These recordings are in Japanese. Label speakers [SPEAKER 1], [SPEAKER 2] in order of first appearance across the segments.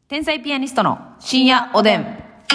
[SPEAKER 1] 天才ピアニストの深夜おでん。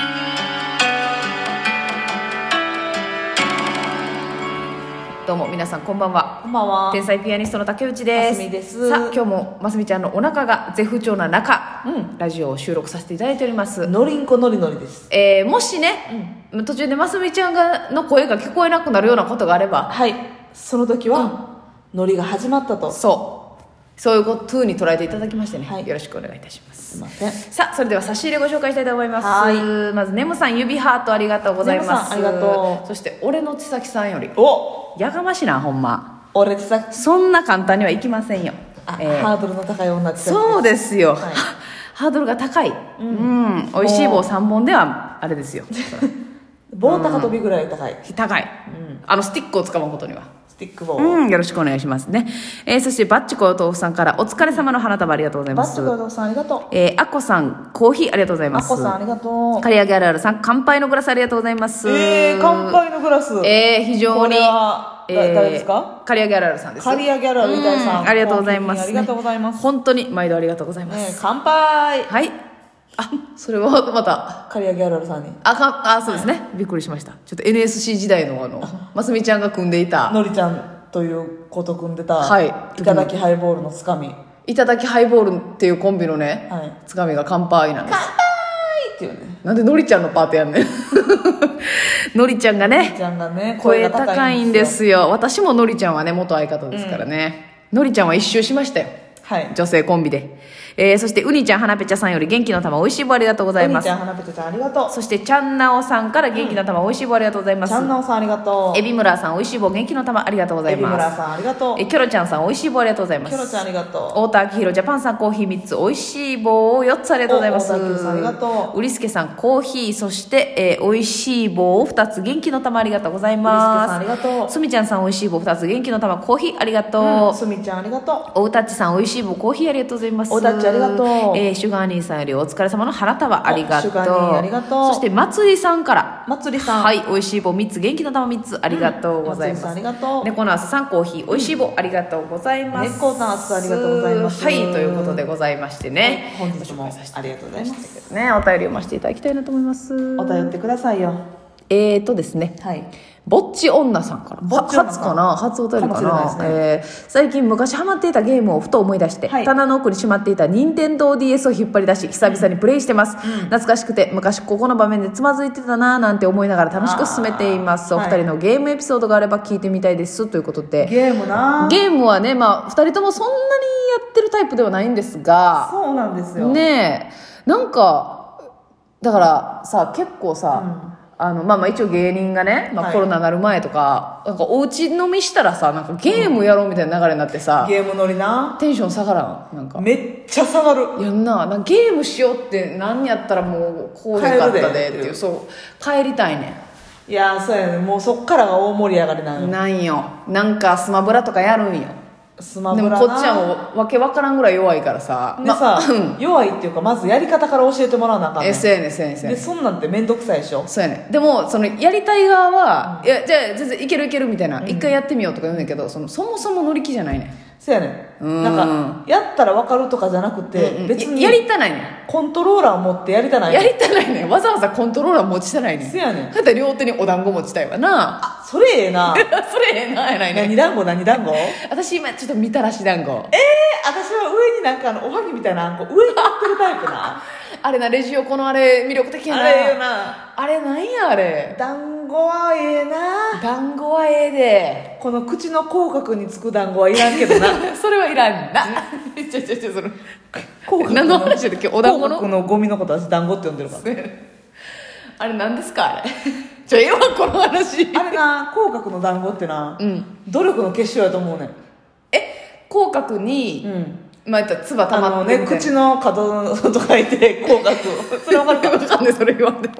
[SPEAKER 1] どうも皆さんこんばんは。
[SPEAKER 2] こんばんは。
[SPEAKER 1] 天才ピアニストの竹内です。
[SPEAKER 2] ますみです。
[SPEAKER 1] さあ今日もますみちゃんのお腹が絶不調な中、ラジオを収録させていただいております。
[SPEAKER 2] のりんこのりのりです。
[SPEAKER 1] もしね、途中でますみちゃんの声が聞こえなくなるようなことがあれば、
[SPEAKER 2] はい。その時は、のりが始まったと。
[SPEAKER 1] そういう風に捉えていただきましてね、
[SPEAKER 2] はい、
[SPEAKER 1] よろしくお願いいたします。
[SPEAKER 2] すいません。
[SPEAKER 1] さあそれでは差し入れご紹介したいと思います。
[SPEAKER 2] はい。
[SPEAKER 1] まずネムさん指ハートありがとうございます。
[SPEAKER 2] ネムさんありがとう。
[SPEAKER 1] そして俺の千崎さんよりやがましなほんま。
[SPEAKER 2] 俺千崎
[SPEAKER 1] そんな簡単にはいきませんよ。
[SPEAKER 2] ハードルの高い女千崎です。
[SPEAKER 1] そうですよ、
[SPEAKER 2] はい、
[SPEAKER 1] ハードルが高い。美味しい棒3本ではあれですよ。
[SPEAKER 2] 棒高跳びぐらい高い。
[SPEAKER 1] 高い。スティックをつかむことには。
[SPEAKER 2] スティック棒。
[SPEAKER 1] よろしくお願いしますね。そしてバッチコお豆腐さんからお疲れ様の花束ありがとうございます。
[SPEAKER 2] バッチコお豆腐さんありがとう。
[SPEAKER 1] アッコさんコーヒーありがとうございます。
[SPEAKER 2] アッコさんありがとう。
[SPEAKER 1] カリアギャルアルさん乾杯のグラスありがとうございます。
[SPEAKER 2] 乾杯のグラス。
[SPEAKER 1] 非常に。
[SPEAKER 2] 誰ですか？
[SPEAKER 1] カリアギャルアルさんです。
[SPEAKER 2] カリアギャルアルみたいさん。
[SPEAKER 1] ありがとうございます、
[SPEAKER 2] ありがとうございます。
[SPEAKER 1] 本当に毎度ありがとうございます。
[SPEAKER 2] 乾杯。
[SPEAKER 1] はい。それはまた
[SPEAKER 2] カリアギャルアルさんに
[SPEAKER 1] そうですね、びっくりしました。ちょっと NSC 時代のますみちゃんが組んでいた
[SPEAKER 2] のりちゃんという子と組んでた、
[SPEAKER 1] はい、
[SPEAKER 2] いただきハイボールのつかみ、
[SPEAKER 1] いただきハイボールっていうコンビのね、はい、つかみが乾杯なんです。
[SPEAKER 2] 乾杯っていうね。
[SPEAKER 1] なんでのりちゃんのパートやんねん。のりちゃんがね、声高いんですよ。私ものりちゃんはね元相方ですからね、のりちゃんは一周しましたよ、はい、女性コンビで。そしてうにちゃんはなぺちゃさんより元気の玉おいしい棒ありがとうございます。
[SPEAKER 2] うにちゃんはなぺちゃさんありがとう。
[SPEAKER 1] そしてちゃんなおさんから元気の玉おいしい棒ありがとうございます。
[SPEAKER 2] ちゃんなおさんありがとう。
[SPEAKER 1] エビムラさんおいしい棒元気の玉ありがとうございます。
[SPEAKER 2] エビムラさんありがとう。
[SPEAKER 1] キョロちゃんさんおいしい棒ありがとうございます。
[SPEAKER 2] キョロちゃんありがとう。
[SPEAKER 1] 太田明宏ジャパンさんコーヒー3つおいしい棒を4つありがとうございます。
[SPEAKER 2] 太田明宏さんありがとう。
[SPEAKER 1] うりすけさんコーヒー、そして、おいしい棒を2つ元気の玉ありがとうございます。
[SPEAKER 2] うりすけさんありがとう。
[SPEAKER 1] すみちゃんさんおいしい棒2つ元気の玉コーヒーありがとう。
[SPEAKER 2] すみちゃんありがとう。
[SPEAKER 1] おうたっちさんおいしい棒コーヒーありがとうございます。
[SPEAKER 2] おうたっちありがとう。
[SPEAKER 1] シュガーニーさんよりお疲れ様の花束ありがとう。
[SPEAKER 2] シュガーニーありがとう。
[SPEAKER 1] そしてまつりさんから
[SPEAKER 2] さん、
[SPEAKER 1] はい、おいしい棒3つ元気の玉3つありがとうございます。
[SPEAKER 2] ありがとう。
[SPEAKER 1] 猫のあすさんコーヒーおいしい棒ありがとうございます。
[SPEAKER 2] 猫のあすありがとうございます。
[SPEAKER 1] はい、ということでございましてね、
[SPEAKER 2] 本日もありがとうございます
[SPEAKER 1] ね。お便り読ませていただきたいなと思います。
[SPEAKER 2] お便ってくださいよ。
[SPEAKER 1] ですね、はい、ぼっち女さんから初お便りかな、ね。最近昔ハマっていたゲームをふと思い出して、はい、棚の奥にしまっていた任天堂 DS を引っ張り出し久々にプレイしてます、懐かしくて昔ここの場面でつまずいてたななんて思いながら楽しく進めています。お二人のゲームエピソードがあれば聞いてみたいですということで。
[SPEAKER 2] ゲーム
[SPEAKER 1] はね、二人ともそんなにやってるタイプではないんですが、
[SPEAKER 2] そうなんですよ
[SPEAKER 1] ね。なんかだからさ、結構さ、一応芸人がね、コロナになる前とか、なんかお家飲みしたらさ、なんかゲームやろうみたいな流れになってさ、
[SPEAKER 2] ゲーム乗りな、
[SPEAKER 1] テンション下がらん。なんか
[SPEAKER 2] めっちゃ下がる
[SPEAKER 1] やんな。なんかゲームしようって何やったらもうこうへんかったでっていう、そう帰りたいねん。
[SPEAKER 2] いやそうやね、もうそっからが大盛り上がりなんよ。
[SPEAKER 1] なんよ、なんかスマブラとかやるんよ。
[SPEAKER 2] スマブラな。
[SPEAKER 1] でもこっちはもうわけわからんぐらい弱いからさ。
[SPEAKER 2] でさ、弱いっていうかまずやり方から教えてもらわなあかんねん。
[SPEAKER 1] そうやねんそうやねん。
[SPEAKER 2] でそんなんってめんどくさいでしょ。
[SPEAKER 1] そうやねん。でもそのやりたい側は、いやじゃあ全然いけるいけるみたいな、一回やってみようとか言うんだけど、そもそも乗り気じゃないねん。
[SPEAKER 2] そうやねん。なんかやったら分かるとかじゃなくて、別に
[SPEAKER 1] やりたないねん。
[SPEAKER 2] コントローラー持ってやりたないねん。
[SPEAKER 1] やりたないねん。わざわざコントローラー持ちたないねん。
[SPEAKER 2] そうやねん。
[SPEAKER 1] だって両手にお団子持ちたいわな。
[SPEAKER 2] それええな。
[SPEAKER 1] それええなやないねん。
[SPEAKER 2] 何団子？
[SPEAKER 1] 私今ちょっとみたらし団子。
[SPEAKER 2] 私は上になんかおはぎみたいなあんこ上に乗ってるタイプな。
[SPEAKER 1] あれな、レジ横のあれ魅力的やな。
[SPEAKER 2] あれよな。
[SPEAKER 1] あれなんやあれ。
[SPEAKER 2] 団子はええな。
[SPEAKER 1] 団子はええで。
[SPEAKER 2] この口の口角につく団子はいらんけどな。
[SPEAKER 1] それはいらんな。その何の話だっけ？お団子の
[SPEAKER 2] 口角のゴミのこと私団子って呼んでるから。
[SPEAKER 1] あれ何ですかあれ。ええわこの話。
[SPEAKER 2] あれな、口角の団子ってな、努力の結晶やと思うねん。
[SPEAKER 1] 口角に、言ったら唾たまって
[SPEAKER 2] ね、口の角と書いて口角。それ分かるか？
[SPEAKER 1] 分かんない、それ言わんでも。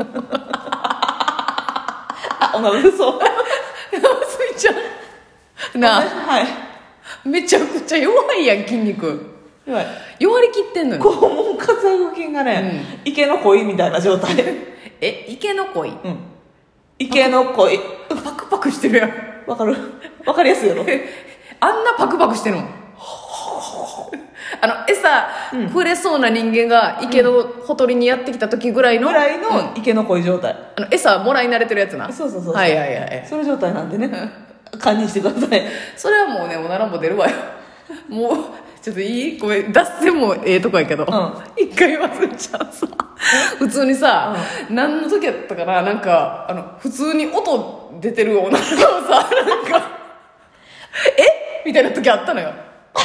[SPEAKER 2] お前嘘。
[SPEAKER 1] すみちゃんなあ、
[SPEAKER 2] はい、
[SPEAKER 1] めちゃくちゃ弱いやん、筋肉。弱りきってんのよ。
[SPEAKER 2] 肛門括約筋がね、池の鯉みたいな状態。
[SPEAKER 1] 池の鯉？
[SPEAKER 2] 池の鯉。
[SPEAKER 1] パクパクしてるやん。
[SPEAKER 2] わかる？わかりやすいやろ。
[SPEAKER 1] あんなパクパクしてるの？ 餌くれそうな人間が池のほとりにやってきた時ぐらいの、
[SPEAKER 2] 池の恋状態。
[SPEAKER 1] 餌もらい慣れてるやつな。
[SPEAKER 2] そうそうそう。
[SPEAKER 1] はいはいはい。
[SPEAKER 2] その状態なんでね。堪忍してください。
[SPEAKER 1] それはもうね、おならも出るわよ。もう、ちょっといいごめん、脱線もええとこやけど。一回忘れちゃうさ。普通にさ、何の時やったかな、なんか、普通に音出てるおならをさ、なんか、えみたいな時あったのよ。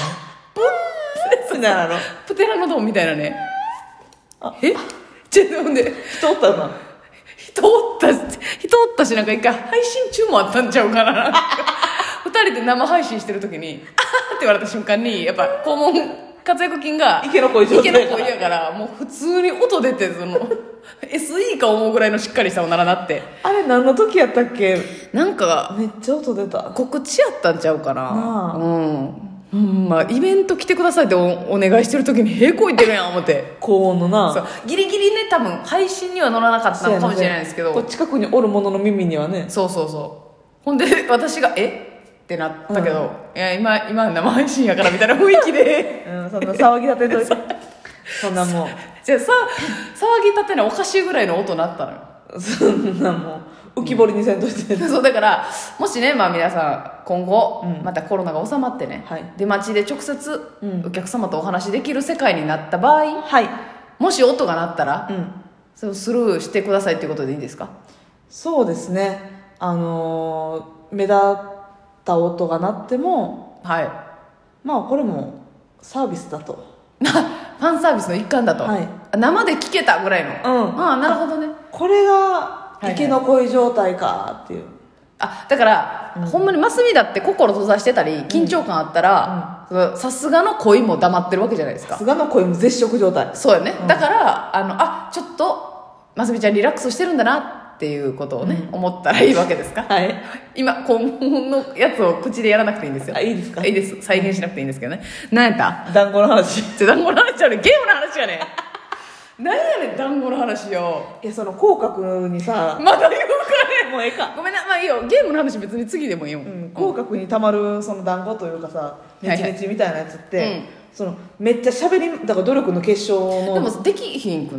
[SPEAKER 1] プテラノドンみたいなね。ちょっとほんで
[SPEAKER 2] 人おったな。
[SPEAKER 1] 人おったし、なんか一回配信中もあったんちゃうかな。二人で生配信してる時に「あー」って言われた瞬間にやっぱ肛門活躍筋が
[SPEAKER 2] 池の恋
[SPEAKER 1] やからもう普通に音出てSE か思うぐらいのしっかりしたおならなって。
[SPEAKER 2] あれ何の時やったっけ。
[SPEAKER 1] なんか
[SPEAKER 2] めっちゃ音出た。
[SPEAKER 1] 告知やったんちゃうかな。まあ、イベント来てくださいって お願いしてる時にへこいてるやん思って
[SPEAKER 2] 高音のな。
[SPEAKER 1] そうギリギリね、多分配信には乗らなかったのかもしれないですけど、
[SPEAKER 2] 近くにおるものの耳にはね。
[SPEAKER 1] そうほんで私がってなったけど、いや今生配信やからみたいな雰囲気で
[SPEAKER 2] そんな騒ぎ立てといてそんなもう
[SPEAKER 1] じゃあ騒ぎ立てのおかしいぐらいの音鳴ったのよ。
[SPEAKER 2] そんなもう浮き彫りにせんとして、
[SPEAKER 1] そうだからもしね、まあ、皆さん今後、またコロナが収まってね、出待ちで直接お客様とお話しできる世界になった場合、もし音が鳴ったら、それをスルーしてくださいっていうことでいいですか。
[SPEAKER 2] そうですね。目立った音が鳴っても、まあこれもサービスだと
[SPEAKER 1] ファンサービスの一環だと、生で聞けたぐらいの、なるほどね。
[SPEAKER 2] これが池の恋状態かっていう、
[SPEAKER 1] だから、ほんまにマスミだって心閉ざしてたり緊張感あったら、さすがの恋も黙ってるわけじゃないですか。
[SPEAKER 2] さすがの恋も絶食状態。
[SPEAKER 1] そうよね、だからちょっとマスミちゃんリラックスしてるんだなっていうことをね、思ったらいいわけですか。今肛門のやつを口でやらなくていいんですよ。
[SPEAKER 2] いいですか。
[SPEAKER 1] いいです、再現しなくていいんですけどね。何やった
[SPEAKER 2] 団子の話。
[SPEAKER 1] 団子の話はね、ゲームの話やね。何やねん団子の話よ。
[SPEAKER 2] いや、その口角にさ、
[SPEAKER 1] まだ言うかね。
[SPEAKER 2] もうええか、
[SPEAKER 1] ごめんな、まあいいよ、ゲームの話別に次でもいいよ。
[SPEAKER 2] 口角にたまるその団子というかさ、ネチネチみたいなやつって、そのめっちゃ喋り、だから努力の結晶の。
[SPEAKER 1] でもできひんくない？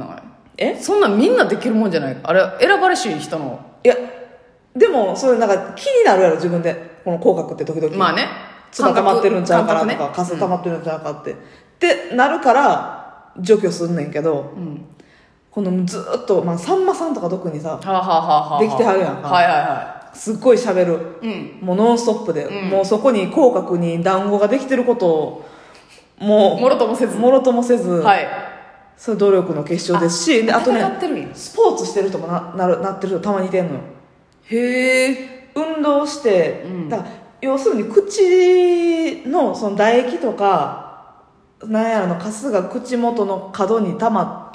[SPEAKER 1] そんなんみんなできるもんじゃない？あれ選ばれしい人の。
[SPEAKER 2] いやでもそれなんか気になるやろ自分で、この口角って時々
[SPEAKER 1] まあね、
[SPEAKER 2] 唾溜まってるんちゃうかなとか、カス溜まってるんちゃうかってなるから除去すんねんけど、このずっと、まあ、さんまさんとか特にさ、できてはるやんか。すっごい喋る、もうノンストップで、もうそこに口角に団子ができてることをも
[SPEAKER 1] ろともせず、
[SPEAKER 2] それ努力の結晶ですし、あとねスポーツしてる人もなってる人たまにいてんのよ。
[SPEAKER 1] へえ。
[SPEAKER 2] 運動して、だから要するに口のその唾液とかなんやらのカスが口元の角に溜まって、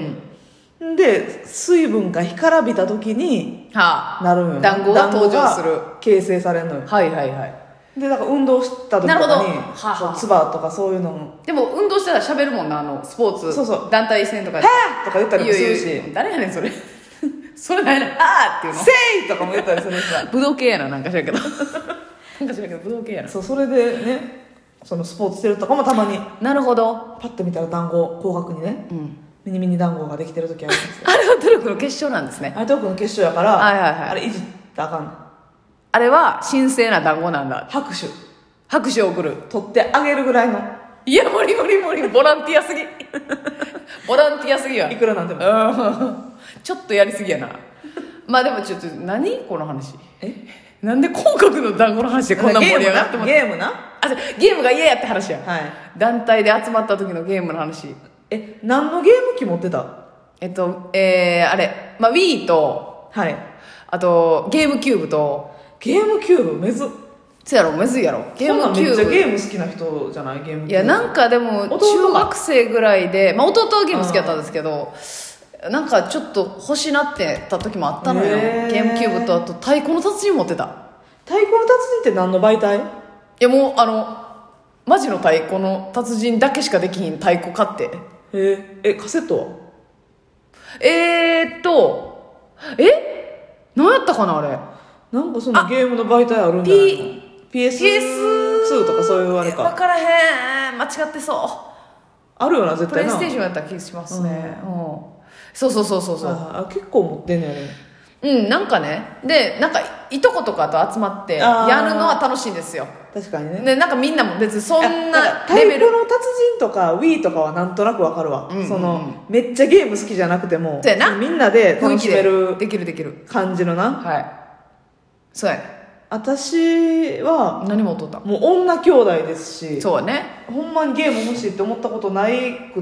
[SPEAKER 2] で水分が干からびた時になるんよ、
[SPEAKER 1] 団子が登場する、
[SPEAKER 2] 形成されるのよ。でだから運動した時とかに唾とかそういうのも。
[SPEAKER 1] でも運動したら喋るもんな、スポーツ、団体戦とか
[SPEAKER 2] はぁとか言ったりもするし。
[SPEAKER 1] 誰やねんそれそれ何やねん、あーっていうの、
[SPEAKER 2] せいとかも言ったりするしさ。
[SPEAKER 1] 武道系やな、なんか知らんけど武道系やな。
[SPEAKER 2] それでね、そのスポーツしてるとかもたまに。
[SPEAKER 1] なるほど。
[SPEAKER 2] パッと見たら団子、口角にね、ミニミニ団子ができてる時あるんですよ。
[SPEAKER 1] あれは努力の結晶なんですね。
[SPEAKER 2] あれ努力の結晶やから、あれいじったらあかんの。
[SPEAKER 1] あれは神聖な団子なんだ。
[SPEAKER 2] 拍手を送る、取ってあげるぐらいの。
[SPEAKER 1] いや無理ボランティアすぎボランティアすぎや。
[SPEAKER 2] いくらなんでも
[SPEAKER 1] ちょっとやりすぎやな。まあでもちょっと何この話、なんで口角の団子の話でこんな盛り上がってます？
[SPEAKER 2] ゲームな、
[SPEAKER 1] ゲームが嫌やって話や。団体で集まった時のゲームの話。
[SPEAKER 2] 何のゲーム機持ってた？
[SPEAKER 1] あれ、まあ、Wii と、あとゲームキューブと。
[SPEAKER 2] ゲームキューブめず
[SPEAKER 1] そうやろ、めずいやろ。
[SPEAKER 2] ゲームキューブめっちゃゲーム好きな人じゃない？ゲームキューブ。
[SPEAKER 1] いやなんかでも中学生ぐらいで、まあ、弟はゲーム好きだったんですけど、なんかちょっと欲しなってた時もあったのよ。ゲームキューブとあと太鼓の達人持ってた。
[SPEAKER 2] 太鼓の達人って何の媒体？
[SPEAKER 1] いやもうマジの太鼓の達人だけしかできひん太鼓買って。
[SPEAKER 2] カセットは？
[SPEAKER 1] 何やったかなあれ。
[SPEAKER 2] なんかそのゲームの媒体あるんじゃないの？ PS2 とかそういうあれか。
[SPEAKER 1] 分からへん、間違ってそ
[SPEAKER 2] あるよな絶対な。
[SPEAKER 1] プレイステーションやった気しますね、うん、そう
[SPEAKER 2] 結構持ってんのよね。
[SPEAKER 1] なんかねでなんかいとことかと集まってやるのは楽しいんですよ。
[SPEAKER 2] 確かにね。
[SPEAKER 1] でなんかみんなも別にそんな
[SPEAKER 2] 太鼓の達人とか Wii とかはなんとなくわかるわ、そのめっちゃゲーム好きじゃなくてもみんなで楽しめる
[SPEAKER 1] できる
[SPEAKER 2] 感じのな。
[SPEAKER 1] はいそうやね。
[SPEAKER 2] 私は
[SPEAKER 1] 何も取った
[SPEAKER 2] もう女兄弟ですし、
[SPEAKER 1] そうね、
[SPEAKER 2] ほんまにゲーム欲しいって思ったことないくって、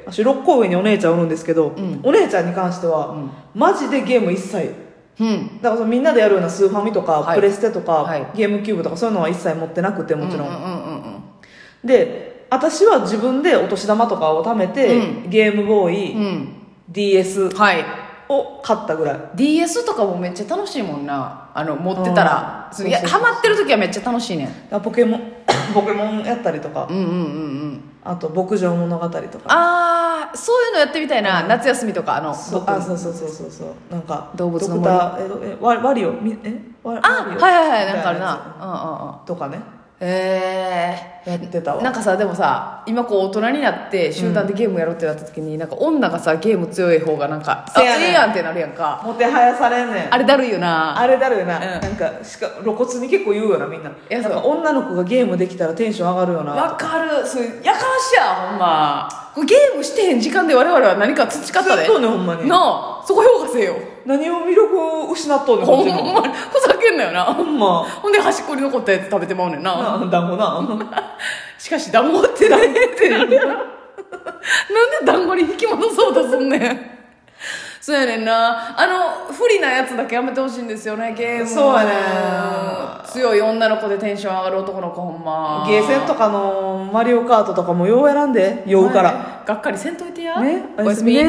[SPEAKER 2] 私6個上にお姉ちゃんおるんですけど、お姉ちゃんに関しては、マジでゲーム一切、だからそのみんなでやるようなスーファミとか、プレステとか、ゲームキューブとかそういうのは一切持ってなくて、もちろん、で私は自分でお年玉とかを貯めて、ゲームボーイ、DS を買ったぐらい。
[SPEAKER 1] DS とかもめっちゃ楽しいもんな、持ってたらハマってる時はめっちゃ楽しいねん。
[SPEAKER 2] ポケモンやったりとか、あと牧場物語と
[SPEAKER 1] か、そういうのやってみたいな、夏休みとか
[SPEAKER 2] そうなんか
[SPEAKER 1] 動物の森
[SPEAKER 2] ワリオ
[SPEAKER 1] はいなんかあるな
[SPEAKER 2] とかね、やってたわ。
[SPEAKER 1] なんかさでもさ今こう大人になって集団でゲームやろうってなった時に、なんか女がさゲーム強い方がなんかええやんってなるやんか。
[SPEAKER 2] もてはやされんねん。
[SPEAKER 1] あれだるいよな。
[SPEAKER 2] なんか露骨に結構言うよなみんな。なんか女の子がゲームできたらテンション上がるよな。
[SPEAKER 1] わかる。そうやかましやほんま。これゲームしてへん時間で我々は何か培ったで。
[SPEAKER 2] そうねほんまに。
[SPEAKER 1] なあそこ評価せよ。
[SPEAKER 2] 何を魅力を失っとんねん
[SPEAKER 1] ほんまにふざけんなよな。
[SPEAKER 2] ほんま。
[SPEAKER 1] ほんで端っこに残ったやつ食べてまうねんな。
[SPEAKER 2] 団子な。
[SPEAKER 1] しかし団子って何ってなんで団子に引き戻そうとすんねん。そうやねんな。不利なやつだけやめてほしいんですよね、ゲーム。
[SPEAKER 2] そうやね。
[SPEAKER 1] 強い女の子でテンション上がる男の子ほんま。
[SPEAKER 2] ゲーセンとかのマリオカートとかもよう選んで酔うから。
[SPEAKER 1] がっかりせんといてや。
[SPEAKER 2] ね。おやすみね。